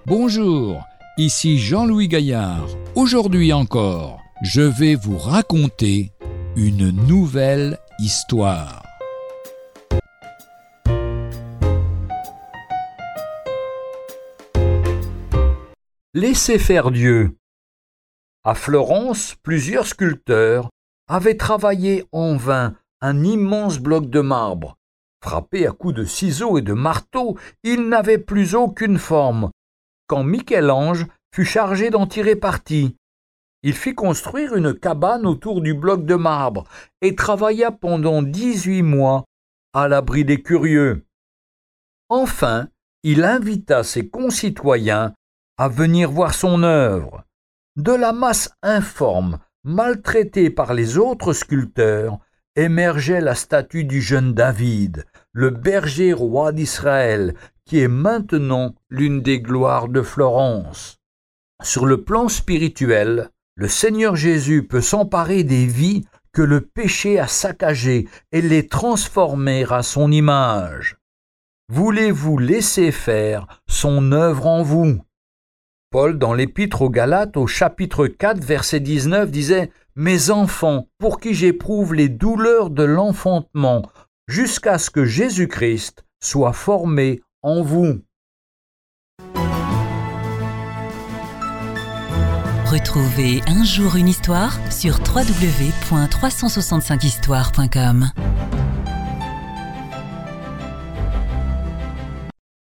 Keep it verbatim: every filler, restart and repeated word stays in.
Bonjour, ici Jean-Louis Gaillard. Aujourd'hui encore, je vais vous raconter une nouvelle histoire. Laissez faire Dieu. À Florence, plusieurs sculpteurs avaient travaillé en vain un immense bloc de marbre. Frappé à coups de ciseaux et de marteau, il n'avait plus aucune forme. Quand Michel-Ange fut chargé d'en tirer parti, il fit construire une cabane autour du bloc de marbre et travailla pendant dix-huit mois à l'abri des curieux. Enfin, il invita ses concitoyens à venir voir son œuvre. De la masse informe, maltraitée par les autres sculpteurs, émergeait la statue du jeune David, le berger roi d'Israël, qui est maintenant l'une des gloires de Florence. Sur le plan spirituel, le Seigneur Jésus peut s'emparer des vies que le péché a saccagées et les transformer à son image. Voulez-vous laisser faire son œuvre en vous? Paul, dans l'Épître aux Galates, au chapitre quatre, verset dix-neuf, disait « Mes enfants, pour qui j'éprouve les douleurs de l'enfantement, jusqu'à ce que Jésus-Christ soit formé en vous. » Retrouvez Un jour une histoire sur w w w point trois cent soixante-cinq histoire point com.